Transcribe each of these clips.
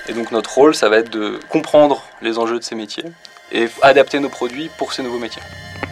Et donc notre rôle, ça va être de comprendre les enjeux de ces métiers et adapter nos produits pour ces nouveaux métiers.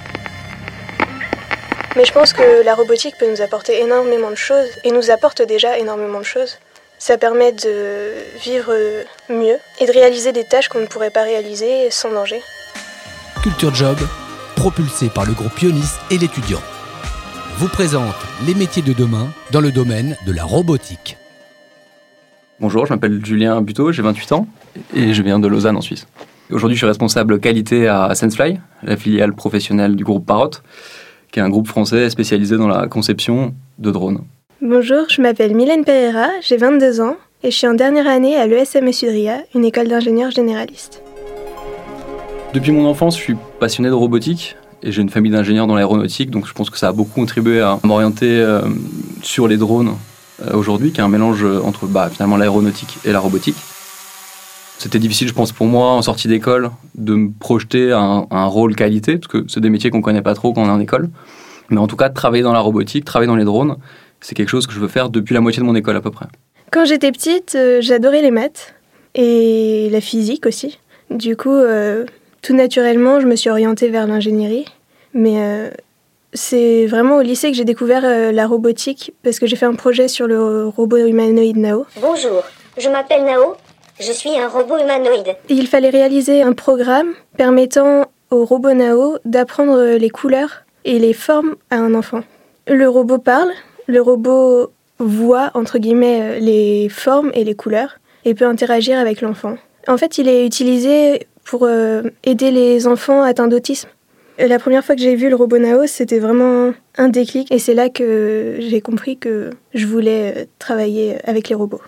Mais je pense que la robotique peut nous apporter énormément de choses et nous apporte déjà énormément de choses. Ça permet de vivre mieux et de réaliser des tâches qu'on ne pourrait pas réaliser sans danger. Culture Job, propulsé par le groupe Ionis et l'étudiant, vous présente les métiers de demain dans le domaine de la robotique. Bonjour, je m'appelle Julien Buteau, j'ai 28 ans et je viens de Lausanne en Suisse. Aujourd'hui, je suis responsable qualité à Sensefly, la filiale professionnelle du groupe Parrot, qui est un groupe français spécialisé dans la conception de drones. Bonjour, je m'appelle Mylène Pereira, j'ai 22 ans et je suis en dernière année à l'ESME Sudria, une école d'ingénieurs généralistes. Depuis mon enfance, je suis passionné de robotique et j'ai une famille d'ingénieurs dans l'aéronautique, donc je pense que ça a beaucoup contribué à m'orienter sur les drones aujourd'hui, qui est un mélange entre finalement l'aéronautique et la robotique. C'était difficile, je pense, pour moi, en sortie d'école, de me projeter un rôle qualité, parce que c'est des métiers qu'on ne connaît pas trop quand on est en école. Mais en tout cas, travailler dans la robotique, travailler dans les drones, c'est quelque chose que je veux faire depuis la moitié de mon école à peu près. Quand j'étais petite, j'adorais les maths et la physique aussi. Du coup, tout naturellement, je me suis orientée vers l'ingénierie. Mais c'est vraiment au lycée que j'ai découvert la robotique, parce que j'ai fait un projet sur le robot humanoïde Nao. Bonjour, je m'appelle Nao. Je suis un robot humanoïde. Et il fallait réaliser un programme permettant au robot Nao d'apprendre les couleurs et les formes à un enfant. Le robot parle, le robot voit, entre guillemets, les formes et les couleurs et peut interagir avec l'enfant. En fait, il est utilisé pour aider les enfants atteints d'autisme. La première fois que j'ai vu le robot Nao, c'était vraiment un déclic et c'est là que j'ai compris que je voulais travailler avec les robots.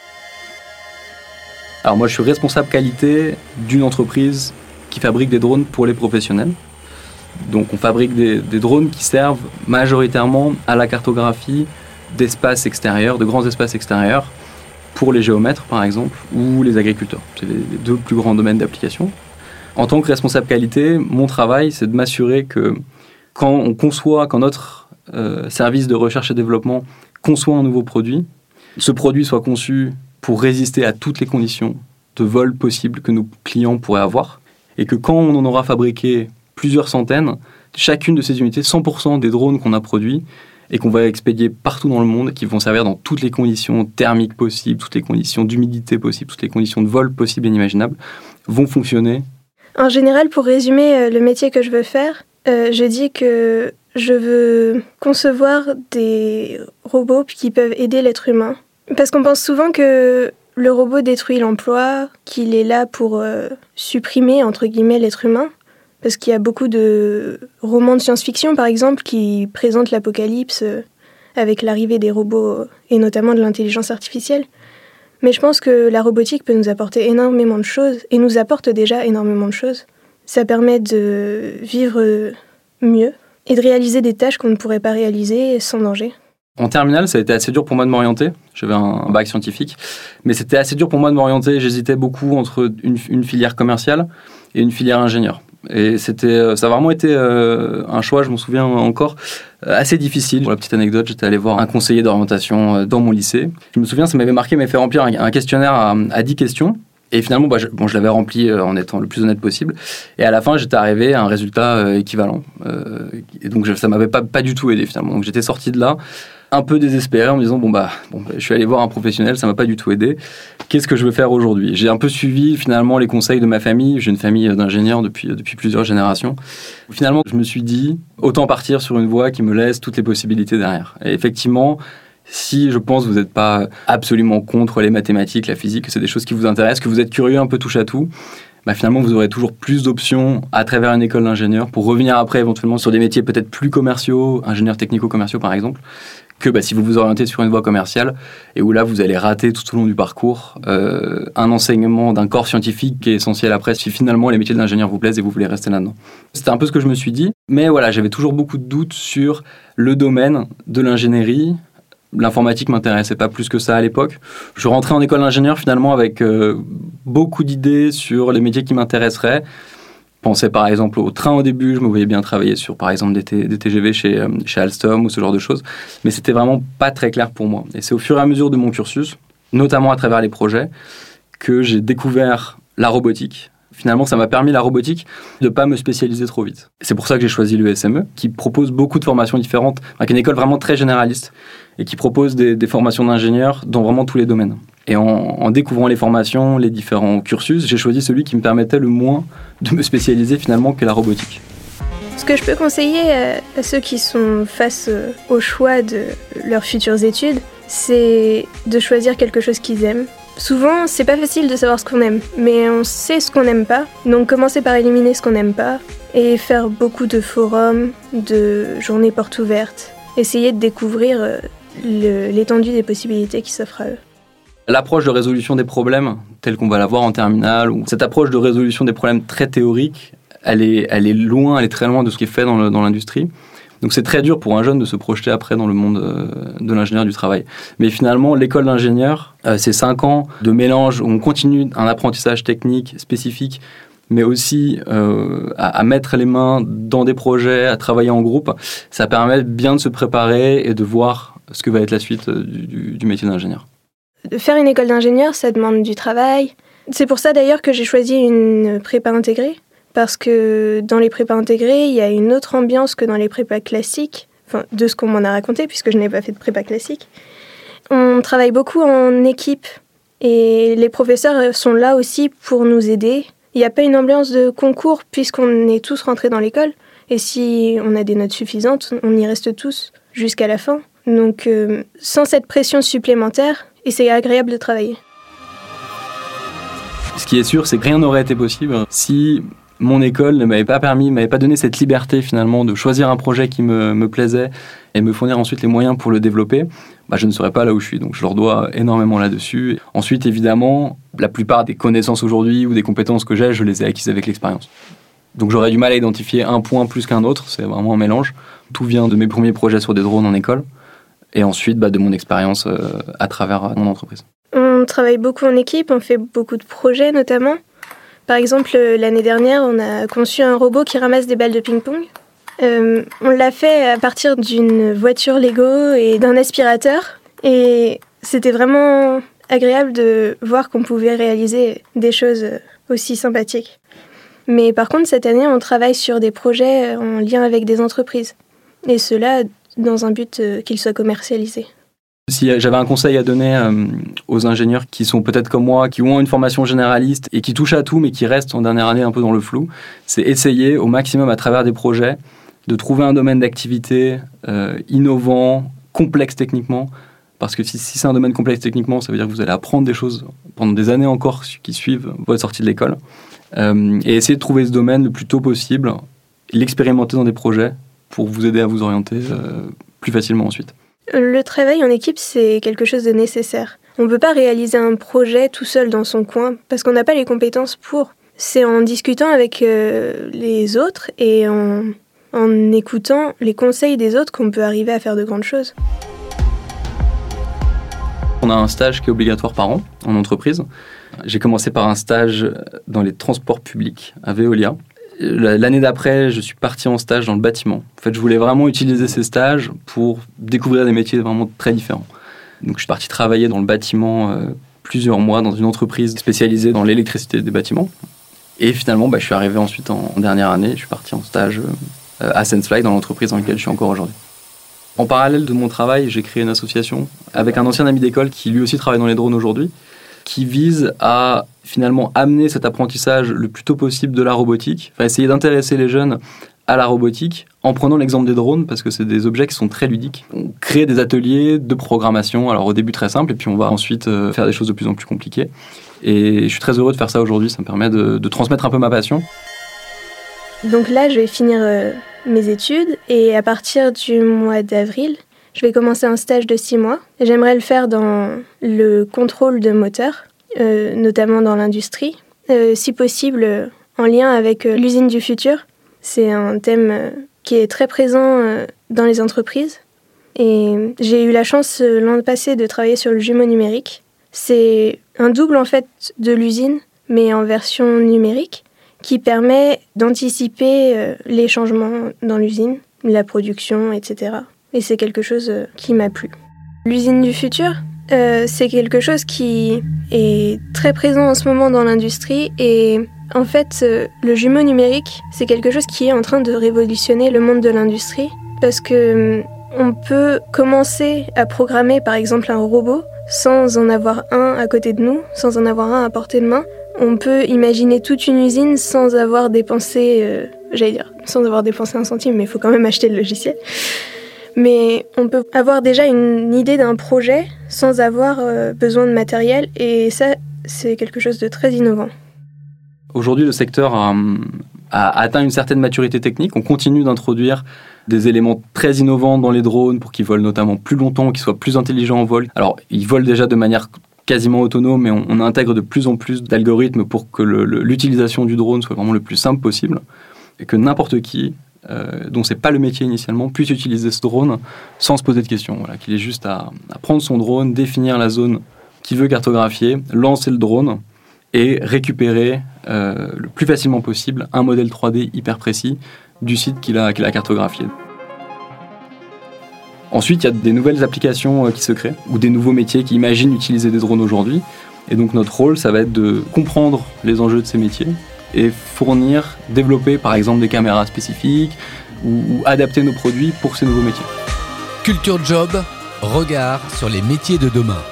Alors moi, je suis responsable qualité d'une entreprise qui fabrique des drones pour les professionnels. Donc on fabrique des drones qui servent majoritairement à la cartographie d'espaces extérieurs, de grands espaces extérieurs, pour les géomètres par exemple, ou les agriculteurs. C'est les deux plus grands domaines d'application. En tant que responsable qualité, mon travail, c'est de m'assurer que quand notre service de recherche et développement conçoit un nouveau produit, ce produit soit conçu pour résister à toutes les conditions de vol possibles que nos clients pourraient avoir, et que quand on en aura fabriqué plusieurs centaines, chacune de ces unités, 100% des drones qu'on a produits et qu'on va expédier partout dans le monde, qui vont servir dans toutes les conditions thermiques possibles, toutes les conditions d'humidité possibles, toutes les conditions de vol possibles et inimaginables, vont fonctionner. En général, pour résumer le métier que je veux faire, je dis que je veux concevoir des robots qui peuvent aider l'être humain. Parce qu'on pense souvent que le robot détruit l'emploi, qu'il est là pour supprimer, entre guillemets, l'être humain. Parce qu'il y a beaucoup de romans de science-fiction, par exemple, qui présentent l'apocalypse avec l'arrivée des robots et notamment de l'intelligence artificielle. Mais je pense que la robotique peut nous apporter énormément de choses et nous apporte déjà énormément de choses. Ça permet de vivre mieux et de réaliser des tâches qu'on ne pourrait pas réaliser sans danger. En terminale, ça a été assez dur pour moi de m'orienter. J'avais un bac scientifique, mais c'était assez dur pour moi de m'orienter. J'hésitais beaucoup entre une filière commerciale et une filière ingénieur. Et ça a vraiment été un choix, je m'en souviens encore, assez difficile. Pour la petite anecdote, j'étais allé voir un conseiller d'orientation dans mon lycée. Je me souviens, ça m'avait marqué, il m'avait fait remplir un questionnaire à 10 questions. Et finalement, je l'avais rempli en étant le plus honnête possible. Et à la fin, j'étais arrivé à un résultat équivalent. Et donc, ça ne m'avait pas du tout aidé finalement. Donc, j'étais sorti de là un peu désespéré en me disant je suis allé voir un professionnel, ça m'a pas du tout aidé. Qu'est-ce que je veux faire aujourd'hui ? J'ai un peu suivi finalement les conseils de ma famille. J'ai une famille d'ingénieurs depuis plusieurs générations. Finalement, je me suis dit autant partir sur une voie qui me laisse toutes les possibilités derrière. Et effectivement, si je pense que vous n'êtes pas absolument contre les mathématiques, la physique, que c'est des choses qui vous intéressent, que vous êtes curieux un peu touche à tout, finalement vous aurez toujours plus d'options à travers une école d'ingénieur pour revenir après éventuellement sur des métiers peut-être plus commerciaux, ingénieurs technico-commerciaux par exemple, que si vous vous orientez sur une voie commerciale et où là vous allez rater tout au long du parcours un enseignement d'un corps scientifique qui est essentiel après si finalement les métiers de l'ingénieur vous plaisent et vous voulez rester là-dedans. C'était un peu ce que je me suis dit, mais voilà, j'avais toujours beaucoup de doutes sur le domaine de l'ingénierie. L'informatique m'intéressait pas plus que ça à l'époque. Je rentrais en école d'ingénieur finalement avec beaucoup d'idées sur les métiers qui m'intéresseraient. Je pensais par exemple au train au début, je me voyais bien travailler sur par exemple des TGV chez Alstom ou ce genre de choses. Mais c'était vraiment pas très clair pour moi. Et c'est au fur et à mesure de mon cursus, notamment à travers les projets, que j'ai découvert la robotique. Finalement, ça m'a permis, la robotique, de ne pas me spécialiser trop vite. C'est pour ça que j'ai choisi l'ESME, qui propose beaucoup de formations différentes, avec une école vraiment très généraliste, et qui propose des formations d'ingénieurs dans vraiment tous les domaines. Et en découvrant les formations, les différents cursus, j'ai choisi celui qui me permettait le moins de me spécialiser finalement que la robotique. Ce que je peux conseiller à ceux qui sont face au choix de leurs futures études, c'est de choisir quelque chose qu'ils aiment. Souvent, c'est pas facile de savoir ce qu'on aime, mais on sait ce qu'on n'aime pas. Donc commencer par éliminer ce qu'on n'aime pas et faire beaucoup de forums, de journées portes ouvertes. Essayer de découvrir l'étendue des possibilités qui s'offrent à eux. L'approche de résolution des problèmes, telle qu'on va la voir en terminale, ou cette approche de résolution des problèmes très théorique, elle est très loin de ce qui est fait dans l'industrie. Donc c'est très dur pour un jeune de se projeter après dans le monde de l'ingénieur du travail. Mais finalement, l'école d'ingénieur, c'est 5 ans de mélange où on continue un apprentissage technique spécifique, mais aussi à mettre les mains dans des projets, à travailler en groupe. Ça permet bien de se préparer et de voir ce que va être la suite du métier d'ingénieur. Faire une école d'ingénieur, ça demande du travail. C'est pour ça d'ailleurs que j'ai choisi une prépa intégrée. Parce que dans les prépas intégrées, il y a une autre ambiance que dans les prépas classiques, enfin, de ce qu'on m'en a raconté, puisque je n'ai pas fait de prépa classique. On travaille beaucoup en équipe, et les professeurs sont là aussi pour nous aider. Il n'y a pas une ambiance de concours, puisqu'on est tous rentrés dans l'école, et si on a des notes suffisantes, on y reste tous jusqu'à la fin. Donc, sans cette pression supplémentaire, et c'est agréable de travailler. Ce qui est sûr, c'est que rien n'aurait été possible si mon école ne m'avait pas donné cette liberté finalement de choisir un projet qui me plaisait et me fournir ensuite les moyens pour le développer. Je ne serais pas là où je suis, donc je leur dois énormément là-dessus. Ensuite, évidemment, la plupart des connaissances aujourd'hui ou des compétences que j'ai, je les ai acquises avec l'expérience. Donc j'aurais du mal à identifier un point plus qu'un autre, c'est vraiment un mélange. Tout vient de mes premiers projets sur des drones en école et ensuite de mon expérience à travers mon entreprise. On travaille beaucoup en équipe, on fait beaucoup de projets notamment. Par exemple, l'année dernière, on a conçu un robot qui ramasse des balles de ping-pong. On l'a fait à partir d'une voiture Lego et d'un aspirateur. Et c'était vraiment agréable de voir qu'on pouvait réaliser des choses aussi sympathiques. Mais par contre, cette année, on travaille sur des projets en lien avec des entreprises. Et cela dans un but qu'ils soient commercialisés. Si j'avais un conseil à donner aux ingénieurs qui sont peut-être comme moi, qui ont une formation généraliste et qui touchent à tout, mais qui restent en dernière année un peu dans le flou, c'est essayer au maximum à travers des projets de trouver un domaine d'activité innovant, complexe techniquement. Parce que si c'est un domaine complexe techniquement, ça veut dire que vous allez apprendre des choses pendant des années encore qui suivent votre sortie de l'école. Et essayer de trouver ce domaine le plus tôt possible, et l'expérimenter dans des projets pour vous aider à vous orienter plus facilement ensuite. Le travail en équipe, c'est quelque chose de nécessaire. On ne peut pas réaliser un projet tout seul dans son coin parce qu'on n'a pas les compétences pour. C'est en discutant avec les autres et en écoutant les conseils des autres qu'on peut arriver à faire de grandes choses. On a un stage qui est obligatoire par an en entreprise. J'ai commencé par un stage dans les transports publics à Veolia. L'année d'après, je suis parti en stage dans le bâtiment. En fait, je voulais vraiment utiliser ces stages pour découvrir des métiers vraiment très différents. Donc, je suis parti travailler dans le bâtiment plusieurs mois dans une entreprise spécialisée dans l'électricité des bâtiments. Et finalement, je suis arrivé ensuite en dernière année. Je suis parti en stage à Sensefly dans l'entreprise dans laquelle je suis encore aujourd'hui. En parallèle de mon travail, j'ai créé une association avec un ancien ami d'école qui lui aussi travaille dans les drones aujourd'hui, qui vise à finalement amener cet apprentissage le plus tôt possible de la robotique, essayer d'intéresser les jeunes à la robotique en prenant l'exemple des drones parce que c'est des objets qui sont très ludiques. On crée des ateliers de programmation, alors au début très simple, et puis on va ensuite faire des choses de plus en plus compliquées. Et je suis très heureux de faire ça aujourd'hui, ça me permet de transmettre un peu ma passion. Donc là, je vais finir mes études et à partir du mois d'avril, je vais commencer un stage de 6 mois. J'aimerais le faire dans le contrôle de moteurs, notamment dans l'industrie, si possible en lien avec l'usine du futur. C'est un thème qui est très présent dans les entreprises. Et j'ai eu la chance l'an passé de travailler sur le jumeau numérique. C'est un double en fait de l'usine, mais en version numérique, qui permet d'anticiper les changements dans l'usine, la production, etc. Et c'est quelque chose qui m'a plu. L'usine du futur, c'est quelque chose qui est très présent en ce moment dans l'industrie et en fait, le jumeau numérique, c'est quelque chose qui est en train de révolutionner le monde de l'industrie parce que on peut commencer à programmer par exemple un robot sans en avoir un à côté de nous, sans en avoir un à portée de main. On peut imaginer toute une usine sans avoir dépensé, sans avoir dépensé un centime, mais il faut quand même acheter le logiciel. Mais on peut avoir déjà une idée d'un projet sans avoir besoin de matériel et ça, c'est quelque chose de très innovant. Aujourd'hui, le secteur a atteint une certaine maturité technique. On continue d'introduire des éléments très innovants dans les drones pour qu'ils volent notamment plus longtemps, qu'ils soient plus intelligents en vol. Alors, ils volent déjà de manière quasiment autonome, mais on intègre de plus en plus d'algorithmes pour que l'utilisation du drone soit vraiment le plus simple possible et que n'importe qui, dont c'est pas le métier initialement, puisse utiliser ce drone sans se poser de questions. Voilà, qu'il ait juste à prendre son drone, définir la zone qu'il veut cartographier, lancer le drone et récupérer le plus facilement possible un modèle 3D hyper précis du site qu'il a cartographié. Ensuite, il y a des nouvelles applications qui se créent ou des nouveaux métiers qui imaginent utiliser des drones aujourd'hui. Et donc notre rôle, ça va être de comprendre les enjeux de ces métiers et développer par exemple des caméras spécifiques ou adapter nos produits pour ces nouveaux métiers. Culture Job, regard sur les métiers de demain.